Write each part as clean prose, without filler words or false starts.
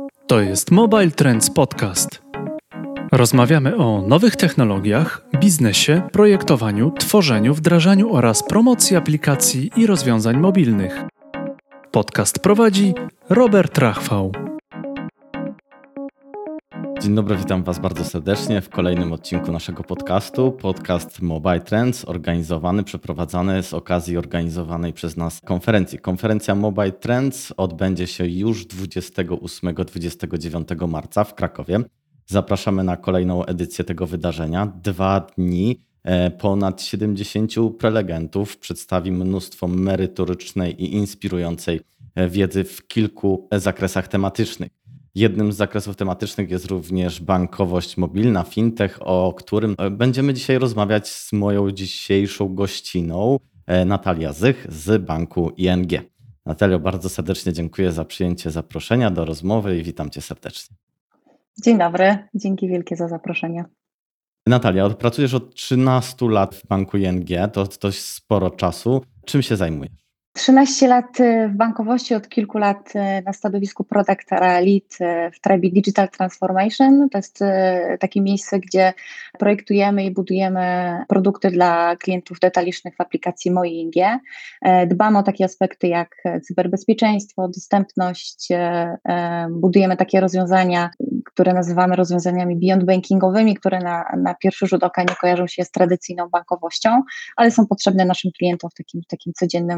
To jest Mobile Trends Podcast. Rozmawiamy o nowych technologiach, biznesie, projektowaniu, tworzeniu, wdrażaniu oraz promocji aplikacji i rozwiązań mobilnych. Podcast prowadzi Robert Rachwał. Dzień dobry, witam Was bardzo serdecznie w kolejnym odcinku naszego podcastu. Podcast Mobile Trends, przeprowadzany z okazji organizowanej przez nas konferencji. Konferencja Mobile Trends odbędzie się już 28-29 marca w Krakowie. Zapraszamy na kolejną edycję tego wydarzenia. 2 dni, ponad 70 prelegentów przedstawi mnóstwo merytorycznej i inspirującej wiedzy w kilku zakresach tematycznych. Jednym z zakresów tematycznych jest również bankowość mobilna, fintech, o którym będziemy dzisiaj rozmawiać z moją dzisiejszą gościną, Natalia Zych z banku ING. Natalio, bardzo serdecznie dziękuję za przyjęcie zaproszenia do rozmowy i witam Cię serdecznie. Dzień dobry, dzięki wielkie za zaproszenie. Natalia, pracujesz od 13 lat w banku ING, to dość sporo czasu. Czym się zajmujesz? 13 lat w bankowości, od kilku lat na stanowisku Product Lead w trybie Digital Transformation. To jest takie miejsce, gdzie projektujemy i budujemy produkty dla klientów detalicznych w aplikacji Moi ING. Dbamy o takie aspekty jak cyberbezpieczeństwo, dostępność. Budujemy takie rozwiązania, które nazywamy rozwiązaniami beyond bankingowymi, które na pierwszy rzut oka nie kojarzą się z tradycyjną bankowością, ale są potrzebne naszym klientom w takim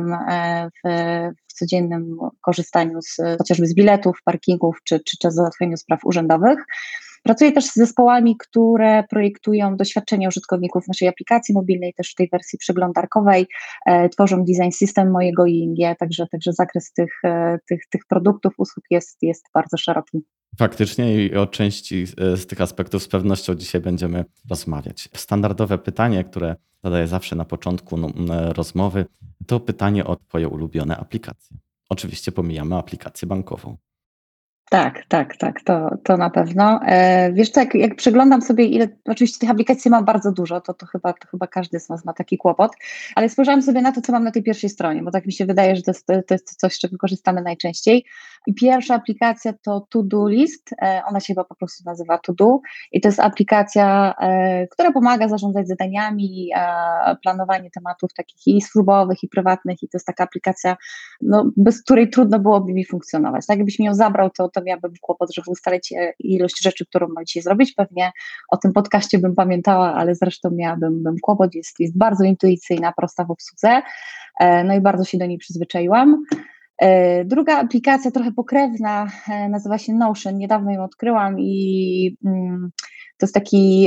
codziennym korzystaniu chociażby z biletów, parkingów czy załatwieniu spraw urzędowych. Pracuję też z zespołami, które projektują doświadczenia użytkowników naszej aplikacji mobilnej, też w tej wersji przeglądarkowej, tworzą design system mojego ING, także zakres tych produktów, usług jest bardzo szeroki. Faktycznie i o części z tych aspektów z pewnością dzisiaj będziemy rozmawiać. Standardowe pytanie, które zadaję zawsze na początku rozmowy, to pytanie o Twoje ulubione aplikacje. Oczywiście pomijamy aplikację bankową. Tak, to na pewno. Wiesz co, jak przeglądam sobie, oczywiście tych aplikacji mam bardzo dużo, to chyba każdy z nas ma taki kłopot, ale spojrzałam sobie na to, co mam na tej pierwszej stronie, bo tak mi się wydaje, że to jest coś, z czego korzystamy najczęściej. I pierwsza aplikacja to To-Do List, ona się chyba po prostu nazywa To-Do i to jest aplikacja, która pomaga zarządzać zadaniami, planowanie tematów takich i służbowych, i prywatnych, i to jest taka aplikacja, bez której trudno byłoby mi funkcjonować. Tak, jakbyś mi ją zabrał, to miałabym kłopot, żeby ustalić ilość rzeczy, którą mam dzisiaj zrobić. Pewnie o tym podcaście bym pamiętała, ale zresztą miałabym kłopot. Jest bardzo intuicyjna, prosta w obsłudze, no i bardzo się do niej przyzwyczaiłam. Druga aplikacja, trochę pokrewna, nazywa się Notion. Niedawno ją odkryłam i to jest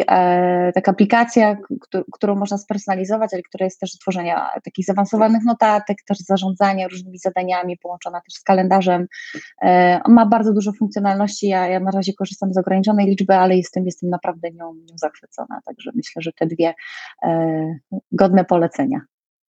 taka aplikacja, którą można spersonalizować, ale która jest też do tworzenia takich zaawansowanych notatek, też zarządzania różnymi zadaniami, połączona też z kalendarzem. Ma bardzo dużo funkcjonalności. Ja na razie korzystam z ograniczonej liczby, ale jestem naprawdę nią zachwycona. Także myślę, że te dwie godne polecenia.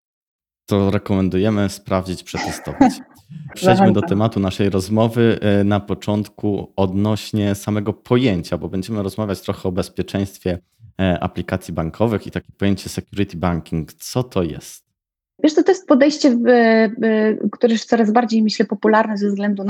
To rekomendujemy sprawdzić, przetestować. Przejdźmy do tematu naszej rozmowy na początku odnośnie samego pojęcia, bo będziemy rozmawiać trochę o bezpieczeństwie aplikacji bankowych i takie pojęcie security banking. Co to jest? Wiesz co, to jest podejście, które jest coraz bardziej, myślę, popularne ze względu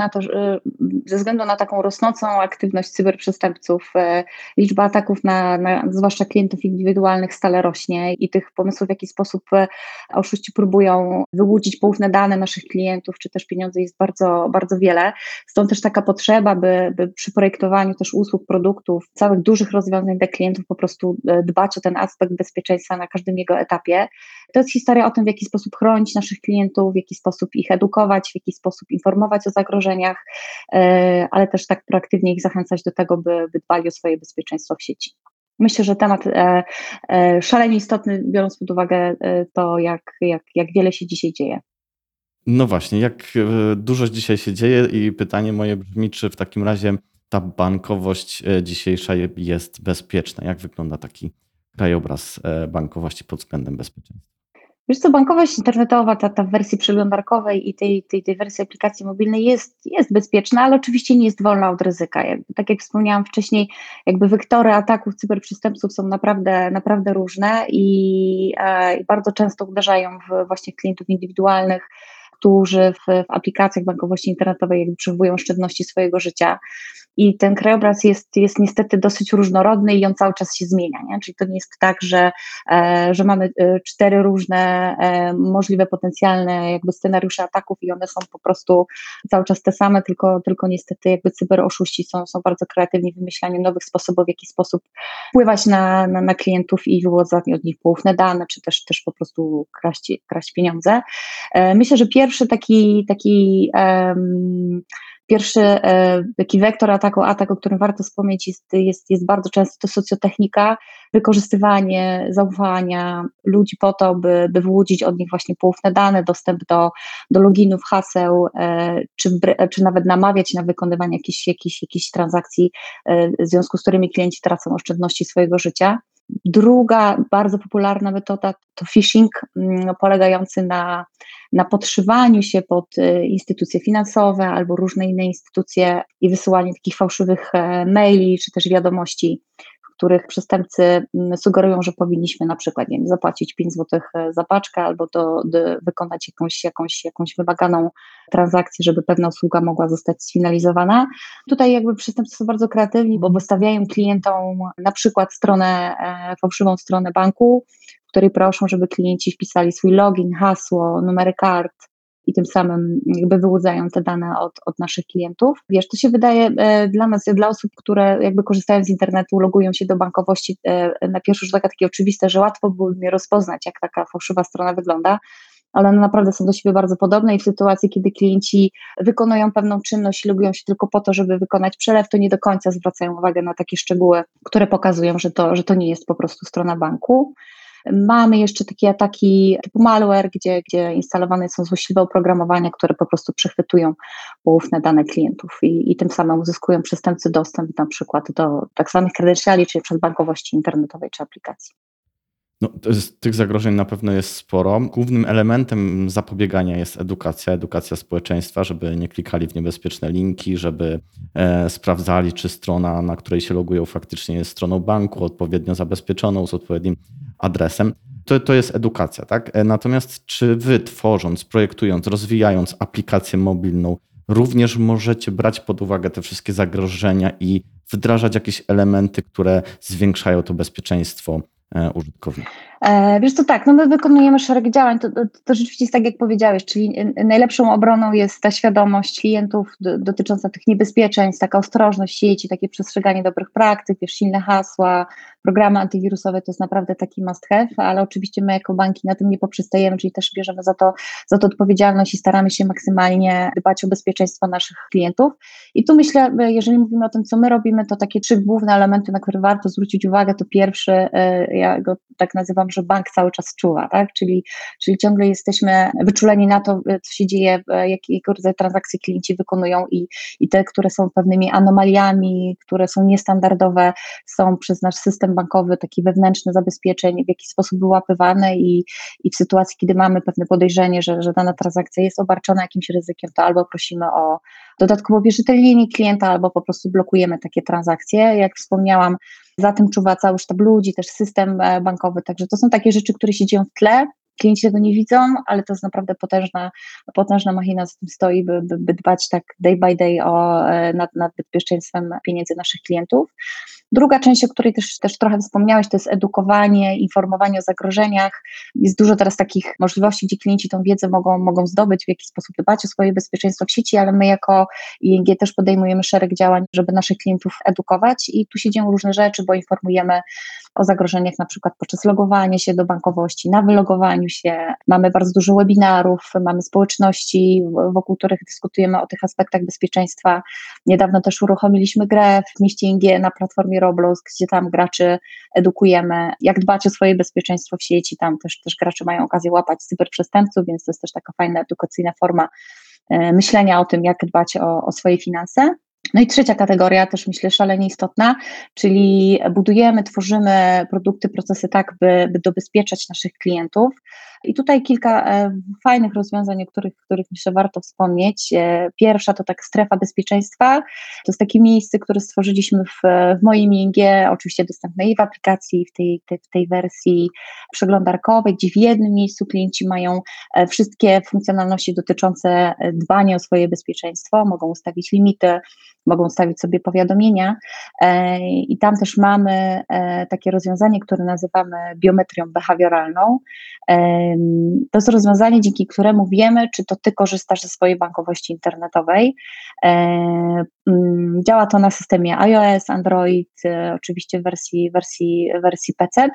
na taką rosnącą aktywność cyberprzestępców. Liczba ataków na zwłaszcza klientów indywidualnych stale rośnie i tych pomysłów, w jaki sposób oszuści próbują wyłudzić poufne dane naszych klientów, czy też pieniądze, jest bardzo, bardzo wiele. Stąd też taka potrzeba, by przy projektowaniu też usług, produktów, całych dużych rozwiązań dla klientów po prostu dbać o ten aspekt bezpieczeństwa na każdym jego etapie. To jest historia o tym, w jaki sposób chronić naszych klientów, w jaki sposób ich edukować, w jaki sposób informować o zagrożeniach, ale też tak proaktywnie ich zachęcać do tego, by dbali o swoje bezpieczeństwo w sieci. Myślę, że temat szalenie istotny, biorąc pod uwagę to, jak wiele się dzisiaj dzieje. No właśnie, jak dużo dzisiaj się dzieje i pytanie moje brzmi, czy w takim razie ta bankowość dzisiejsza jest bezpieczna? Jak wygląda taki krajobraz bankowości pod względem bezpieczeństwa? Wiesz co, bankowość internetowa, ta w wersji przeglądarkowej i tej wersji aplikacji mobilnej jest bezpieczna, ale oczywiście nie jest wolna od ryzyka. Tak jak wspomniałam wcześniej, wektory ataków cyberprzestępców są naprawdę różne i bardzo często uderzają w właśnie klientów indywidualnych, którzy w aplikacjach bankowości internetowej jakby przechowują oszczędności swojego życia. I ten krajobraz jest niestety dosyć różnorodny i on cały czas się zmienia, nie? Czyli to nie jest tak, że mamy 4 różne możliwe potencjalne jakby scenariusze ataków i one są po prostu cały czas te same, tylko niestety jakby cyberoszuści są bardzo kreatywni w wymyślaniu nowych sposobów, w jaki sposób wpływać na klientów i wyłudzać od nich poufne dane, czy też po prostu kraść pieniądze. Myślę, że pierwszy taki wektor ataku, o którym warto wspomnieć, jest bardzo często to socjotechnika, wykorzystywanie zaufania ludzi po to, by wyłudzić od nich właśnie poufne dane, dostęp do loginów, haseł, czy nawet namawiać na wykonywanie jakichś transakcji, w związku z którymi klienci tracą oszczędności swojego życia. Druga bardzo popularna metoda to phishing, polegający na podszywaniu się pod instytucje finansowe albo różne inne instytucje i wysyłaniu takich fałszywych maili czy też wiadomości, w których przestępcy sugerują, że powinniśmy na przykład, nie wiem, zapłacić 5 zł za paczkę albo wykonać jakąś wymaganą transakcję, żeby pewna usługa mogła zostać sfinalizowana. Tutaj jakby przestępcy są bardzo kreatywni, bo wystawiają klientom na przykład fałszywą stronę banku, w której proszą, żeby klienci wpisali swój login, hasło, numery kart i tym samym jakby wyłudzają te dane od naszych klientów. Wiesz, to się wydaje dla nas, dla osób, które jakby korzystają z internetu, logują się do bankowości, na pierwszy rzut oka takie oczywiste, że łatwo byłoby mnie rozpoznać, jak taka fałszywa strona wygląda, ale one naprawdę są do siebie bardzo podobne i w sytuacji, kiedy klienci wykonują pewną czynność i logują się tylko po to, żeby wykonać przelew, to nie do końca zwracają uwagę na takie szczegóły, które pokazują, że to nie jest po prostu strona banku. Mamy jeszcze takie ataki typu malware, gdzie instalowane są złośliwe oprogramowania, które po prostu przechwytują poufne dane klientów i tym samym uzyskują przestępcy dostęp na przykład do tak zwanych credentiali, czyli przez bankowości internetowej czy aplikacji. No, tych zagrożeń na pewno jest sporo. Głównym elementem zapobiegania jest edukacja społeczeństwa, żeby nie klikali w niebezpieczne linki, żeby sprawdzali, czy strona, na której się logują, faktycznie jest stroną banku, odpowiednio zabezpieczoną, z odpowiednim adresem. To jest edukacja, tak? Natomiast czy wy tworząc, projektując, rozwijając aplikację mobilną, również możecie brać pod uwagę te wszystkie zagrożenia i wdrażać jakieś elementy, które zwiększają to bezpieczeństwo użytkownika? Wiesz co, tak, no my wykonujemy szereg działań, to rzeczywiście jest tak, jak powiedziałeś, czyli najlepszą obroną jest ta świadomość klientów dotycząca tych niebezpieczeństw, taka ostrożność sieci, takie przestrzeganie dobrych praktyk, wiesz, silne hasła, programy antywirusowe to jest naprawdę taki must have, ale oczywiście my jako banki na tym nie poprzestajemy, czyli też bierzemy za to odpowiedzialność i staramy się maksymalnie dbać o bezpieczeństwo naszych klientów. I tu myślę, jeżeli mówimy o tym, co my robimy, to takie 3 główne elementy, na które warto zwrócić uwagę. To pierwszy, ja go tak nazywam, że bank cały czas czuwa, tak? Czyli ciągle jesteśmy wyczuleni na to, co się dzieje, jakiego rodzaju transakcje klienci wykonują i te, które są pewnymi anomaliami, które są niestandardowe, są przez nasz system bankowy, taki wewnętrzny zabezpieczeń, w jakiś sposób wyłapywane i w sytuacji, kiedy mamy pewne podejrzenie, że dana transakcja jest obarczona jakimś ryzykiem, to albo prosimy o dodatkowo uwierzytelnienie klienta, albo po prostu blokujemy takie transakcje. Jak wspomniałam, za tym czuwa cały sztab ludzi, też system bankowy, także to są takie rzeczy, które się dzieją w tle. Klienci tego nie widzą, ale to jest naprawdę potężna machina za tym stoi, by dbać tak day by day nad bezpieczeństwem pieniędzy naszych klientów. Druga część, o której też trochę wspomniałeś, to jest edukowanie, informowanie o zagrożeniach. Jest dużo teraz takich możliwości, gdzie klienci tą wiedzę mogą zdobyć, w jaki sposób dbać o swoje bezpieczeństwo w sieci, ale my jako ING też podejmujemy szereg działań, żeby naszych klientów edukować i tu się dzieją różne rzeczy, bo informujemy o zagrożeniach na przykład podczas logowania się do bankowości, na wylogowaniu się. Mamy bardzo dużo webinarów, mamy społeczności, wokół których dyskutujemy o tych aspektach bezpieczeństwa. Niedawno też uruchomiliśmy grę w mieście ING na platformie Roblox, gdzie tam graczy edukujemy, jak dbać o swoje bezpieczeństwo w sieci. Tam też gracze mają okazję łapać cyberprzestępców, więc to jest też taka fajna edukacyjna forma myślenia o tym, jak dbać o swoje finanse. No i trzecia kategoria, też myślę szalenie istotna, czyli budujemy, tworzymy produkty, procesy tak, by dobezpieczać naszych klientów. I tutaj kilka fajnych rozwiązań, o których myślę warto wspomnieć. Pierwsza to tak strefa bezpieczeństwa. To jest takie miejsce, które stworzyliśmy w moim ING, oczywiście dostępne i w aplikacji, w tej wersji przeglądarkowej, gdzie w jednym miejscu klienci mają wszystkie funkcjonalności dotyczące dbania o swoje bezpieczeństwo, mogą ustawić limity, mogą ustawić sobie powiadomienia i tam też mamy takie rozwiązanie, które nazywamy biometrią behawioralną. To jest rozwiązanie, dzięki któremu wiemy, czy to ty korzystasz ze swojej bankowości internetowej. Działa to na systemie iOS, Android, oczywiście w wersji PC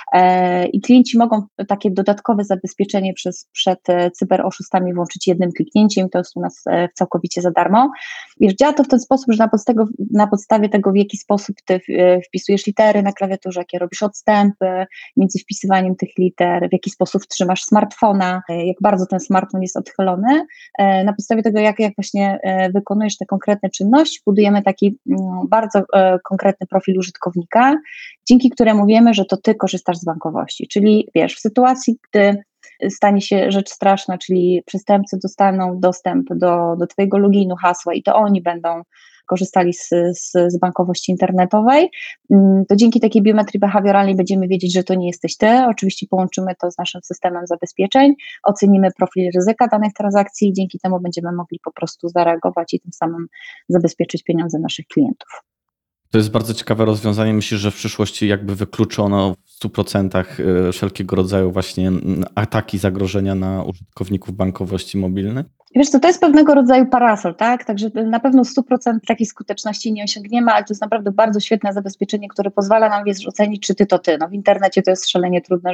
i klienci mogą takie dodatkowe zabezpieczenie przed cyberoszustami włączyć jednym kliknięciem, to jest u nas całkowicie za darmo. Wiesz, działa to w ten sposób, że na podstawie tego, w jaki sposób ty wpisujesz litery na klawiaturze, jakie robisz odstępy między wpisywaniem tych liter, w jaki sposób trzymasz smartfona, jak bardzo ten smartfon jest odchylony. Na podstawie tego, jak właśnie wykonujesz te konkretne czynności, budujemy taki bardzo konkretny profil użytkownika, dzięki któremu wiemy, że to ty korzystasz z bankowości. Czyli wiesz, w sytuacji, gdy stanie się rzecz straszna, czyli przestępcy dostaną dostęp do twojego loginu, hasła i to oni będą korzystali z bankowości internetowej, to dzięki takiej biometrii behawioralnej będziemy wiedzieć, że to nie jesteś ty. Oczywiście połączymy to z naszym systemem zabezpieczeń, ocenimy profil ryzyka danych transakcji i dzięki temu będziemy mogli po prostu zareagować i tym samym zabezpieczyć pieniądze naszych klientów. To jest bardzo ciekawe rozwiązanie. Myślę, że w przyszłości jakby wykluczy ono w 100% wszelkiego rodzaju właśnie ataki, zagrożenia na użytkowników bankowości mobilnej? Wiesz co, to jest pewnego rodzaju parasol, tak? Także na pewno 100% takiej skuteczności nie osiągniemy, ale to jest naprawdę bardzo świetne zabezpieczenie, które pozwala nam ocenić, czy ty to ty. No w internecie to jest szalenie trudne,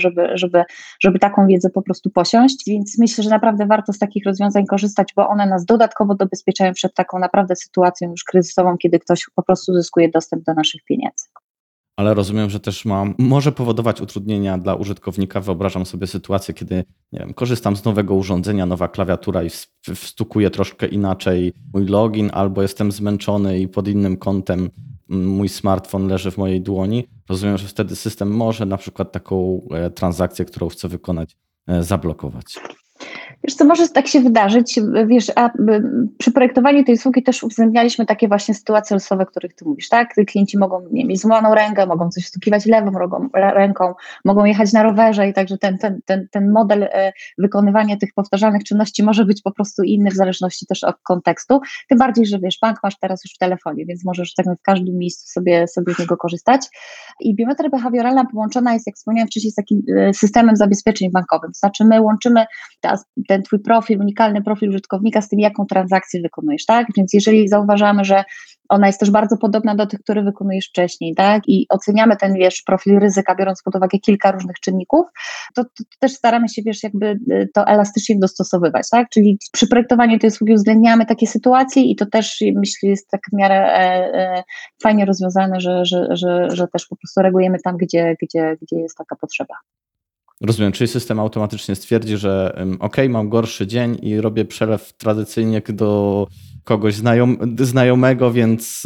żeby taką wiedzę po prostu posiąść, więc myślę, że naprawdę warto z takich rozwiązań korzystać, bo one nas dodatkowo dobezpieczają przed taką naprawdę sytuacją już kryzysową, kiedy ktoś po prostu zyskuje dostęp do naszych pieniędzy. Ale rozumiem, że też może powodować utrudnienia dla użytkownika. Wyobrażam sobie sytuację, kiedy nie wiem, korzystam z nowego urządzenia, nowa klawiatura i wstukuję troszkę inaczej mój login, albo jestem zmęczony i pod innym kątem mój smartfon leży w mojej dłoni. Rozumiem, że wtedy system może na przykład taką transakcję, którą chcę wykonać, zablokować. Wiesz co, może tak się wydarzyć, wiesz, a przy projektowaniu tej usługi też uwzględnialiśmy takie właśnie sytuacje losowe, o których ty mówisz, tak? Klienci mogą mieć złamaną rękę, mogą coś wstukiwać lewą ręką, mogą jechać na rowerze i także ten model wykonywania tych powtarzalnych czynności może być po prostu inny w zależności też od kontekstu, tym bardziej, że wiesz, bank masz teraz już w telefonie, więc możesz tak w każdym miejscu sobie z niego korzystać i biometria behawioralna połączona jest, jak wspomniałam wcześniej, z takim systemem zabezpieczeń bankowym, to znaczy my łączymy ten twój profil, unikalny profil użytkownika z tym, jaką transakcję wykonujesz, tak? Więc jeżeli zauważamy, że ona jest też bardzo podobna do tych, które wykonujesz wcześniej, tak? I oceniamy ten, wiesz, profil ryzyka, biorąc pod uwagę kilka różnych czynników, to też staramy się, wiesz, jakby to elastycznie dostosowywać, tak? Czyli przy projektowaniu tej usługi uwzględniamy takie sytuacje i to też, myślę, jest tak w miarę fajnie rozwiązane, że też po prostu reagujemy tam, gdzie jest taka potrzeba. Rozumiem, czyli system automatycznie stwierdzi, że mam gorszy dzień i robię przelew tradycyjnie do kogoś znajomego, więc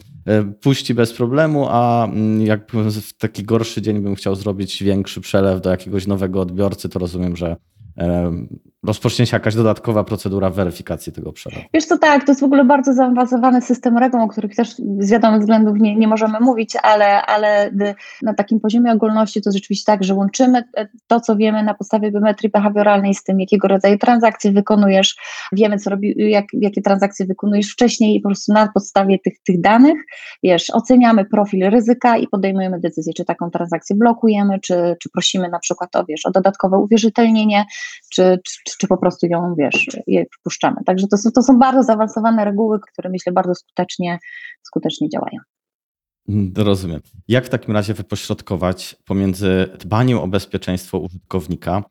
puści bez problemu, a jak w taki gorszy dzień bym chciał zrobić większy przelew do jakiegoś nowego odbiorcy, to rozumiem, że rozpocznie się jakaś dodatkowa procedura weryfikacji tego przelewu. Wiesz co, tak, to jest w ogóle bardzo zaawansowany system reguł, o których też z wiadomych względów nie możemy mówić, ale na takim poziomie ogólności to rzeczywiście tak, że łączymy to, co wiemy na podstawie biometrii behawioralnej z tym, jakiego rodzaju transakcje wykonujesz, wiemy, jakie transakcje wykonujesz wcześniej i po prostu na podstawie tych danych, wiesz, oceniamy profil ryzyka i podejmujemy decyzję, czy taką transakcję blokujemy, czy prosimy na przykład o dodatkowe uwierzytelnienie, czy po prostu ją, wiesz, je wpuszczamy. Także to są bardzo zaawansowane reguły, które myślę bardzo skutecznie działają. Rozumiem. Jak w takim razie wypośrodkować pomiędzy dbaniem o bezpieczeństwo użytkownika,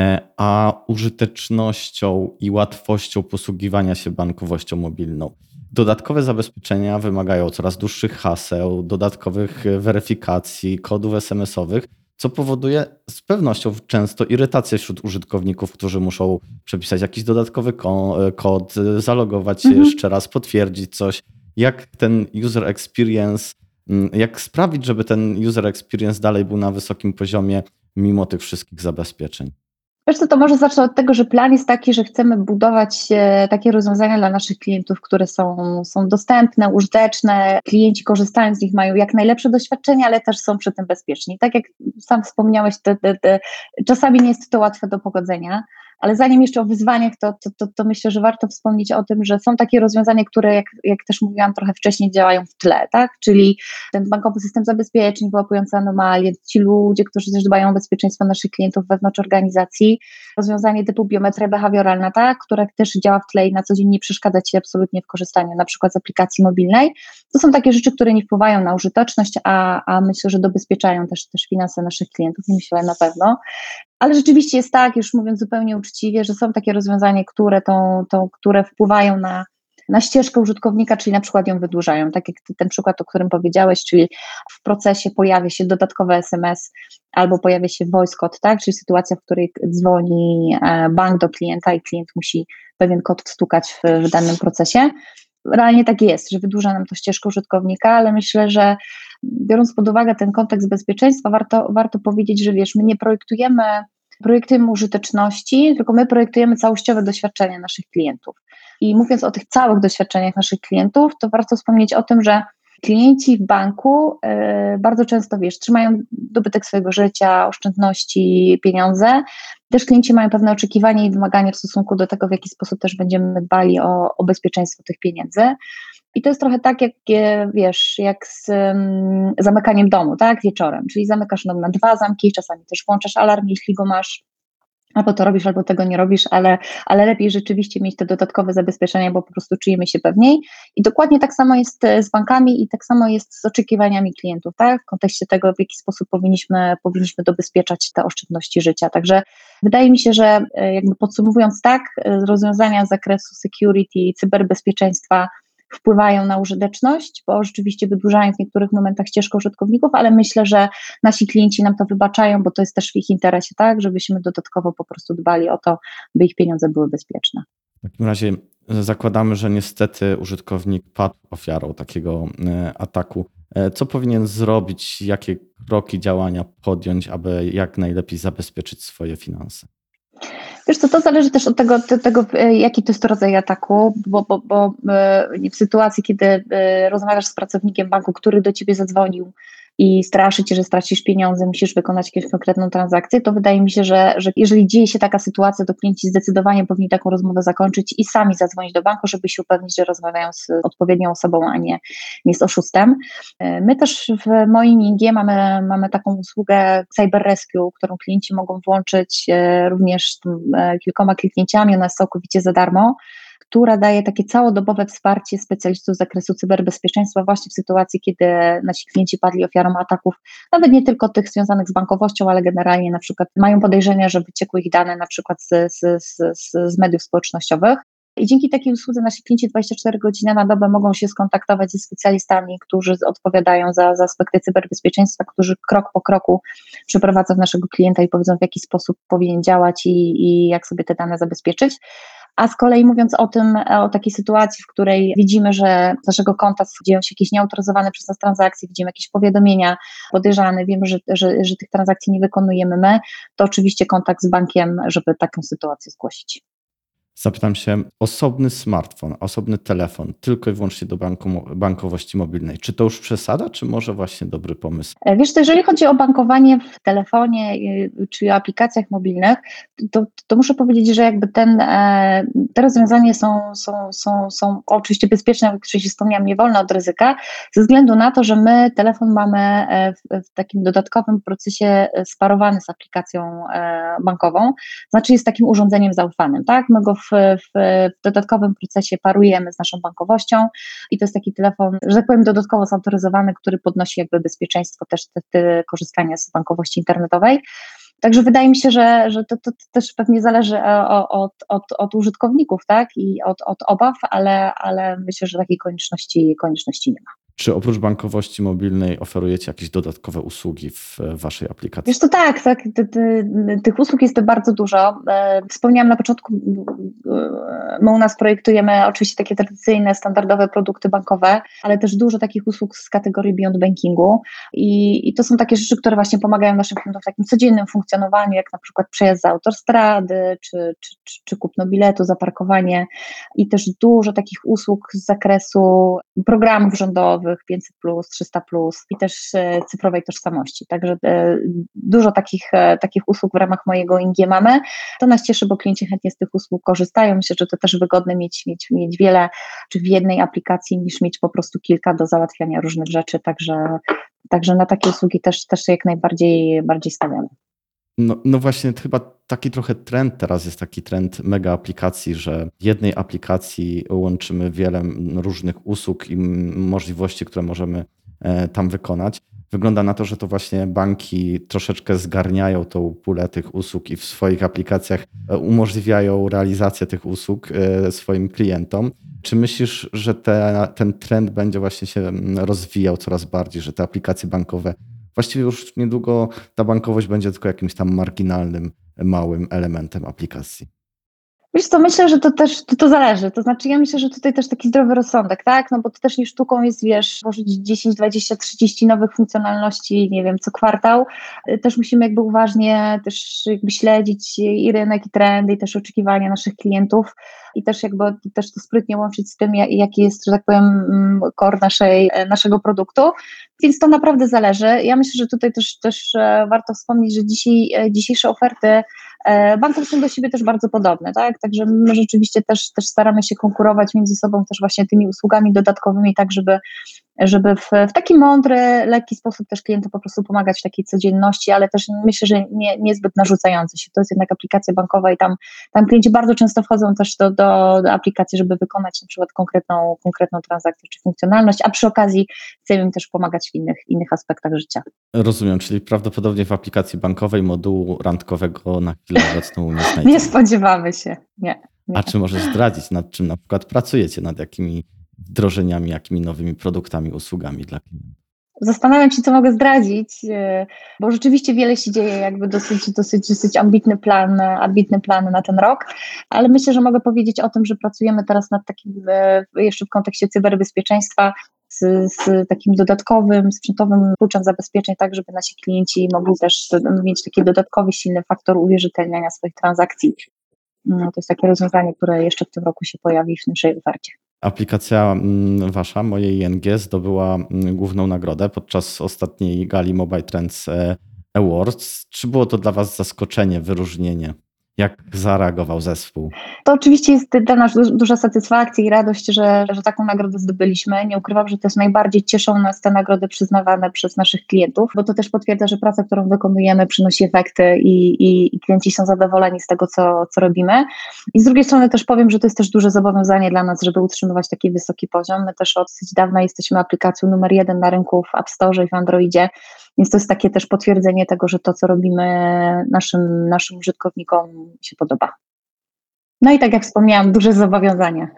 a użytecznością i łatwością posługiwania się bankowością mobilną? Dodatkowe zabezpieczenia wymagają coraz dłuższych haseł, dodatkowych weryfikacji, kodów SMS-owych, co powoduje z pewnością często irytację wśród użytkowników, którzy muszą przepisać jakiś dodatkowy kod, zalogować się jeszcze raz, potwierdzić coś. jak ten user experience, jak sprawić, żeby ten user experience dalej był na wysokim poziomie mimo tych wszystkich zabezpieczeń? Wiesz co, to może zacznę od tego, że plan jest taki, że chcemy budować takie rozwiązania dla naszych klientów, które są dostępne, użyteczne. Klienci korzystają z nich, mają jak najlepsze doświadczenia, ale też są przy tym bezpieczni. Tak jak sam wspomniałeś, czasami nie jest to łatwe do pogodzenia. Ale zanim jeszcze o wyzwaniach, to myślę, że warto wspomnieć o tym, że są takie rozwiązania, które, jak też mówiłam trochę wcześniej, działają w tle, tak? Czyli ten bankowy system zabezpieczeń wyłapujący anomalie, ci ludzie, którzy też dbają o bezpieczeństwo naszych klientów wewnątrz organizacji, rozwiązanie typu biometria behawioralna, tak? Które też działa w tle i na co dzień nie przeszkadza Ci absolutnie w korzystaniu na przykład z aplikacji mobilnej. To są takie rzeczy, które nie wpływają na użyteczność, a myślę, że dobezpieczają też finanse naszych klientów i myślę na pewno. Ale rzeczywiście jest tak, już mówiąc zupełnie uczciwie, że są takie rozwiązania, które wpływają na ścieżkę użytkownika, czyli na przykład ją wydłużają. Tak jak ten przykład, o którym powiedziałeś, czyli w procesie pojawia się dodatkowy SMS albo pojawia się voice code, tak? Czyli sytuacja, w której dzwoni bank do klienta i klient musi pewien kod wstukać w danym procesie. Realnie tak jest, że wydłuża nam to ścieżkę użytkownika, ale myślę, że biorąc pod uwagę ten kontekst bezpieczeństwa, warto powiedzieć, że my nie projektujemy użyteczności, tylko my projektujemy całościowe doświadczenia naszych klientów. I mówiąc o tych całych doświadczeniach naszych klientów, to warto wspomnieć o tym, że klienci w banku bardzo często, trzymają dobytek swojego życia, oszczędności, pieniądze. Też klienci mają pewne oczekiwania i wymagania w stosunku do tego, w jaki sposób też będziemy dbali o bezpieczeństwo tych pieniędzy. I to jest trochę tak, jak z zamykaniem domu, tak, wieczorem. Czyli zamykasz dom na 2 zamki, czasami też włączasz alarm, jeśli go masz. Albo to robisz, albo tego nie robisz, ale lepiej rzeczywiście mieć te dodatkowe zabezpieczenia, bo po prostu czujemy się pewniej. I dokładnie tak samo jest z bankami i tak samo jest z oczekiwaniami klientów, tak? W kontekście tego, w jaki sposób powinniśmy dobezpieczać te oszczędności życia. Także wydaje mi się, że jakby podsumowując tak, rozwiązania z zakresu security, cyberbezpieczeństwa wpływają na użyteczność, bo rzeczywiście wydłużają w niektórych momentach ścieżkę użytkowników, ale myślę, że nasi klienci nam to wybaczają, bo to jest też w ich interesie, tak, żebyśmy dodatkowo po prostu dbali o to, by ich pieniądze były bezpieczne. W takim razie zakładamy, że niestety użytkownik padł ofiarą takiego ataku. Co powinien zrobić, jakie kroki, działania podjąć, aby jak najlepiej zabezpieczyć swoje finanse? Wiesz co, to zależy też od tego jaki to jest rodzaj ataku, bo w sytuacji, kiedy rozmawiasz z pracownikiem banku, który do ciebie zadzwonił i straszy cię, że stracisz pieniądze, musisz wykonać jakąś konkretną transakcję, to wydaje mi się, że jeżeli dzieje się taka sytuacja, to klienci zdecydowanie powinni taką rozmowę zakończyć i sami zadzwonić do banku, żeby się upewnić, że rozmawiają z odpowiednią osobą, a nie z oszustem. My też w moim ING mamy taką usługę Cyber Rescue, którą klienci mogą włączyć również kilkoma kliknięciami, ona jest całkowicie za darmo, która daje takie całodobowe wsparcie specjalistów z zakresu cyberbezpieczeństwa właśnie w sytuacji, kiedy nasi klienci padli ofiarą ataków, nawet nie tylko tych związanych z bankowością, ale generalnie na przykład mają podejrzenia, że wyciekły ich dane na przykład z mediów społecznościowych. I dzięki takiej usłudze nasi klienci 24 godziny na dobę mogą się skontaktować ze specjalistami, którzy odpowiadają za aspekty cyberbezpieczeństwa, którzy krok po kroku przeprowadzą naszego klienta i powiedzą, w jaki sposób powinien działać i jak sobie te dane zabezpieczyć. A z kolei mówiąc o takiej sytuacji, w której widzimy, że z naszego konta dzieją się jakieś nieautoryzowane przez nas transakcje, widzimy jakieś powiadomienia podejrzane, wiemy, że tych transakcji nie wykonujemy my, to oczywiście kontakt z bankiem, żeby taką sytuację zgłosić. Zapytam się, osobny smartfon, osobny telefon, tylko i wyłącznie do bankowości mobilnej. Czy to już przesada, czy może właśnie dobry pomysł? Wiesz, to jeżeli chodzi o bankowanie w telefonie, czy o aplikacjach mobilnych, to muszę powiedzieć, że jakby te rozwiązania są oczywiście bezpieczne, jak wcześniej wspomniałam, nie wolne od ryzyka, ze względu na to, że my telefon mamy w takim dodatkowym procesie sparowany z aplikacją bankową, znaczy jest takim urządzeniem zaufanym, tak? My go w dodatkowym procesie parujemy z naszą bankowością i to jest taki telefon, że tak powiem, dodatkowo zautoryzowany, który podnosi jakby bezpieczeństwo też korzystania z bankowości internetowej. Także wydaje mi się, że to też pewnie zależy od użytkowników, tak, i od obaw, ale myślę, że takiej konieczności nie ma. Czy oprócz bankowości mobilnej oferujecie jakieś dodatkowe usługi w waszej aplikacji? Wiesz, to tak, tych usług jest bardzo dużo. Wspomniałam na początku, my u nas projektujemy oczywiście takie tradycyjne, standardowe produkty bankowe, ale też dużo takich usług z kategorii beyond bankingu i to są takie rzeczy, które właśnie pomagają naszym klientom w takim codziennym funkcjonowaniu, jak na przykład przejazd z autostrady, czy kupno biletu, zaparkowanie i też dużo takich usług z zakresu programów rządowych 500+, 300+, i też cyfrowej tożsamości. Także dużo takich usług w ramach mojego ING mamy. To nas cieszy, bo klienci chętnie z tych usług korzystają. Myślę, że to też wygodne mieć wiele, czy w jednej aplikacji, niż mieć po prostu kilka do załatwiania różnych rzeczy. Także na takie usługi też jak najbardziej stawiamy. No właśnie, chyba taki trochę trend teraz jest, taki trend mega aplikacji, że w jednej aplikacji łączymy wiele różnych usług i możliwości, które możemy tam wykonać. Wygląda na to, że to właśnie banki troszeczkę zgarniają tą pulę tych usług i w swoich aplikacjach umożliwiają realizację tych usług swoim klientom. Czy myślisz, że ten trend będzie właśnie się rozwijał coraz bardziej, że te aplikacje bankowe właściwie już niedługo ta bankowość będzie tylko jakimś tam marginalnym, małym elementem aplikacji? Wiesz co, myślę, że to zależy. To znaczy ja myślę, że tutaj też taki zdrowy rozsądek, tak? No bo to też nie sztuką jest, wiesz, tworzyć 10, 20, 30 nowych funkcjonalności, nie wiem, co kwartał. Też musimy jakby uważnie też jakby śledzić i rynek, i trendy, i też oczekiwania naszych klientów i też jakby też to sprytnie łączyć z tym, jaki jest, że tak powiem, core naszego produktu. Więc to naprawdę zależy. Ja myślę, że tutaj też warto wspomnieć, że dzisiejsze oferty banków są do siebie też bardzo podobne, tak? Także my rzeczywiście też staramy się konkurować między sobą też właśnie tymi usługami dodatkowymi, tak żeby w taki mądry, lekki sposób też klientom po prostu pomagać w takiej codzienności, ale też myślę, że niezbyt narzucający się. To jest jednak aplikacja bankowa i tam klienci bardzo często wchodzą też do aplikacji, żeby wykonać na przykład konkretną transakcję czy funkcjonalność, a przy okazji chcemy im też pomagać w innych aspektach życia. Rozumiem, czyli prawdopodobnie w aplikacji bankowej modułu randkowego na chwilę obecną nie znajdziemy. Nie spodziewamy się, nie. A czy możesz zdradzić, nad czym na przykład pracujecie, nad jakimi wdrożeniami, jakimi nowymi produktami, usługami dla klientów? Zastanawiam się, co mogę zdradzić, bo rzeczywiście wiele się dzieje, jakby dosyć ambitny plan na ten rok, ale myślę, że mogę powiedzieć o tym, że pracujemy teraz nad takim, jeszcze w kontekście cyberbezpieczeństwa, z takim dodatkowym, sprzętowym kluczem zabezpieczeń, tak żeby nasi klienci mogli też mieć taki dodatkowy, silny faktor uwierzytelniania swoich transakcji. To jest takie rozwiązanie, które jeszcze w tym roku się pojawi w naszej ofercie. Aplikacja wasza, moje ING, zdobyła główną nagrodę podczas ostatniej gali Mobile Trends Awards. Czy było to dla was zaskoczenie, wyróżnienie? Jak zareagował zespół? To oczywiście jest dla nas duża satysfakcja i radość, że taką nagrodę zdobyliśmy. Nie ukrywam, że też najbardziej cieszą nas te nagrody przyznawane przez naszych klientów, bo to też potwierdza, że praca, którą wykonujemy, przynosi efekty i klienci są zadowoleni z tego, co robimy. I z drugiej strony też powiem, że to jest też duże zobowiązanie dla nas, żeby utrzymywać taki wysoki poziom. My też od dosyć dawna jesteśmy aplikacją numer 1 na rynku w App Store i w Androidzie, więc to jest takie też potwierdzenie tego, że to, co robimy naszym użytkownikom, się podoba. No i tak jak wspomniałam, duże zobowiązania.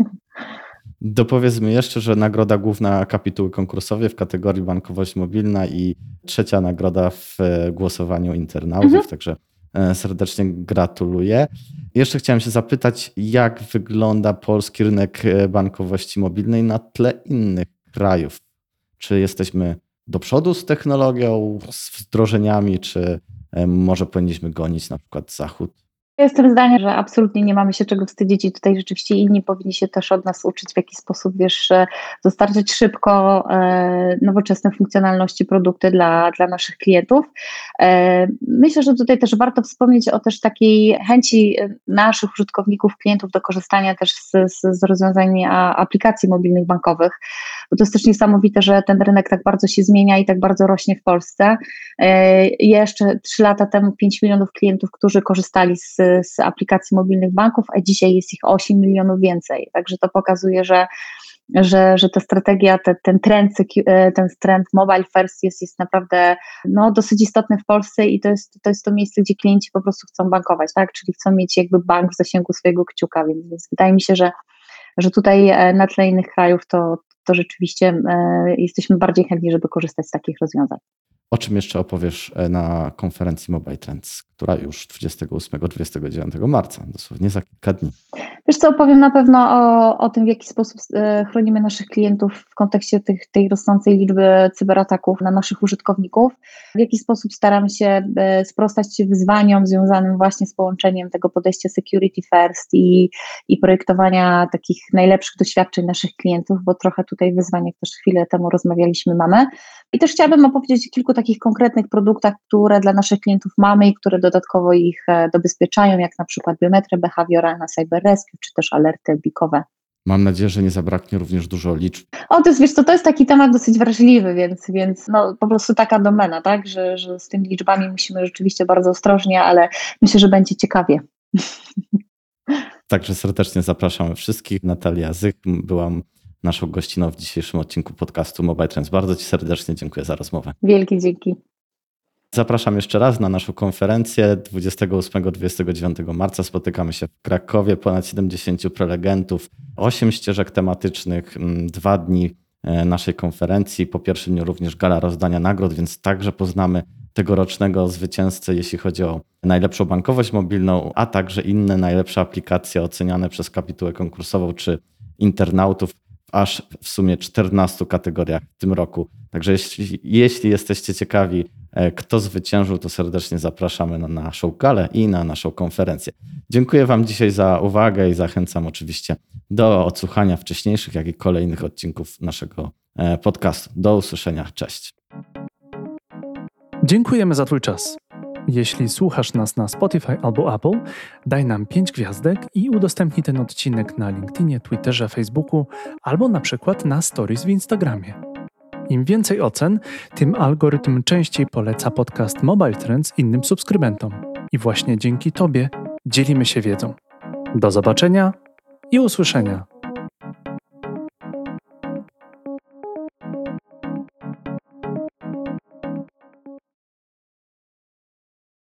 Dopowiedzmy jeszcze, że nagroda główna kapituły konkursowej w kategorii bankowość mobilna i trzecia nagroda w głosowaniu internautów, także serdecznie gratuluję. Jeszcze chciałem się zapytać, jak wygląda polski rynek bankowości mobilnej na tle innych krajów? Czy jesteśmy do przodu z technologią, z wdrożeniami, czy może powinniśmy gonić na przykład Zachód? Jestem zdania, że absolutnie nie mamy się czego wstydzić i tutaj rzeczywiście inni powinni się też od nas uczyć, w jaki sposób, dostarczyć szybko nowoczesne funkcjonalności, produkty dla naszych klientów. Myślę, że tutaj też warto wspomnieć o też takiej chęci naszych użytkowników, klientów do korzystania też z rozwiązań aplikacji mobilnych bankowych, bo to jest też niesamowite, że ten rynek tak bardzo się zmienia i tak bardzo rośnie w Polsce. Jeszcze 3 lata temu 5 milionów klientów, którzy korzystali z aplikacji mobilnych banków, a dzisiaj jest ich 8 milionów więcej. Także to pokazuje, że ta strategia, ten trend mobile first jest naprawdę dosyć istotny w Polsce i to jest to miejsce, gdzie klienci po prostu chcą bankować, tak? Czyli chcą mieć jakby bank w zasięgu swojego kciuka, więc wydaje mi się, że tutaj na tle innych krajów to to rzeczywiście jesteśmy bardziej chętni, żeby korzystać z takich rozwiązań. O czym jeszcze opowiesz na konferencji Mobile Trends, która już 28-29 marca, dosłownie za kilka dni? Wiesz co, opowiem na pewno o tym, w jaki sposób chronimy naszych klientów w kontekście tej rosnącej liczby cyberataków na naszych użytkowników, w jaki sposób staramy się sprostać wyzwaniom związanym właśnie z połączeniem tego podejścia security first i projektowania takich najlepszych doświadczeń naszych klientów, bo trochę tutaj wyzwań, jak też chwilę temu rozmawialiśmy, mamy. I też chciałabym opowiedzieć o kilku takich konkretnych produktach, które dla naszych klientów mamy i które dodatkowo ich dobezpieczają, jak na przykład biometria behawioralna, cyber rescue, czy też alerty bikowe. Mam nadzieję, że nie zabraknie również dużo liczb. To jest, wiesz co, to jest taki temat dosyć wrażliwy, więc no, po prostu taka domena, tak, że z tymi liczbami musimy rzeczywiście bardzo ostrożnie, ale myślę, że będzie ciekawie. Także serdecznie zapraszamy wszystkich. Natalia Zych była naszą gościną w dzisiejszym odcinku podcastu Mobile Trends. Bardzo Ci serdecznie dziękuję za rozmowę. Wielkie dzięki. Zapraszam jeszcze raz na naszą konferencję 28-29 marca. Spotykamy się w Krakowie, ponad 70 prelegentów, 8 ścieżek tematycznych, 2 dni naszej konferencji. Po pierwszym dniu również gala rozdania nagród, więc także poznamy tegorocznego zwycięzcę, jeśli chodzi o najlepszą bankowość mobilną, a także inne najlepsze aplikacje oceniane przez kapitułę konkursową czy internautów aż w sumie 14 kategoriach w tym roku. Także jeśli jesteście ciekawi, kto zwyciężył, to serdecznie zapraszamy na naszą galę i na naszą konferencję. Dziękuję Wam dzisiaj za uwagę i zachęcam oczywiście do odsłuchania wcześniejszych, jak i kolejnych odcinków naszego podcastu. Do usłyszenia. Cześć. Dziękujemy za Twój czas. Jeśli słuchasz nas na Spotify albo Apple, daj nam 5 gwiazdek i udostępnij ten odcinek na LinkedInie, Twitterze, Facebooku albo na przykład na Stories w Instagramie. Im więcej ocen, tym algorytm częściej poleca podcast Mobile Trends innym subskrybentom. I właśnie dzięki Tobie dzielimy się wiedzą. Do zobaczenia i usłyszenia.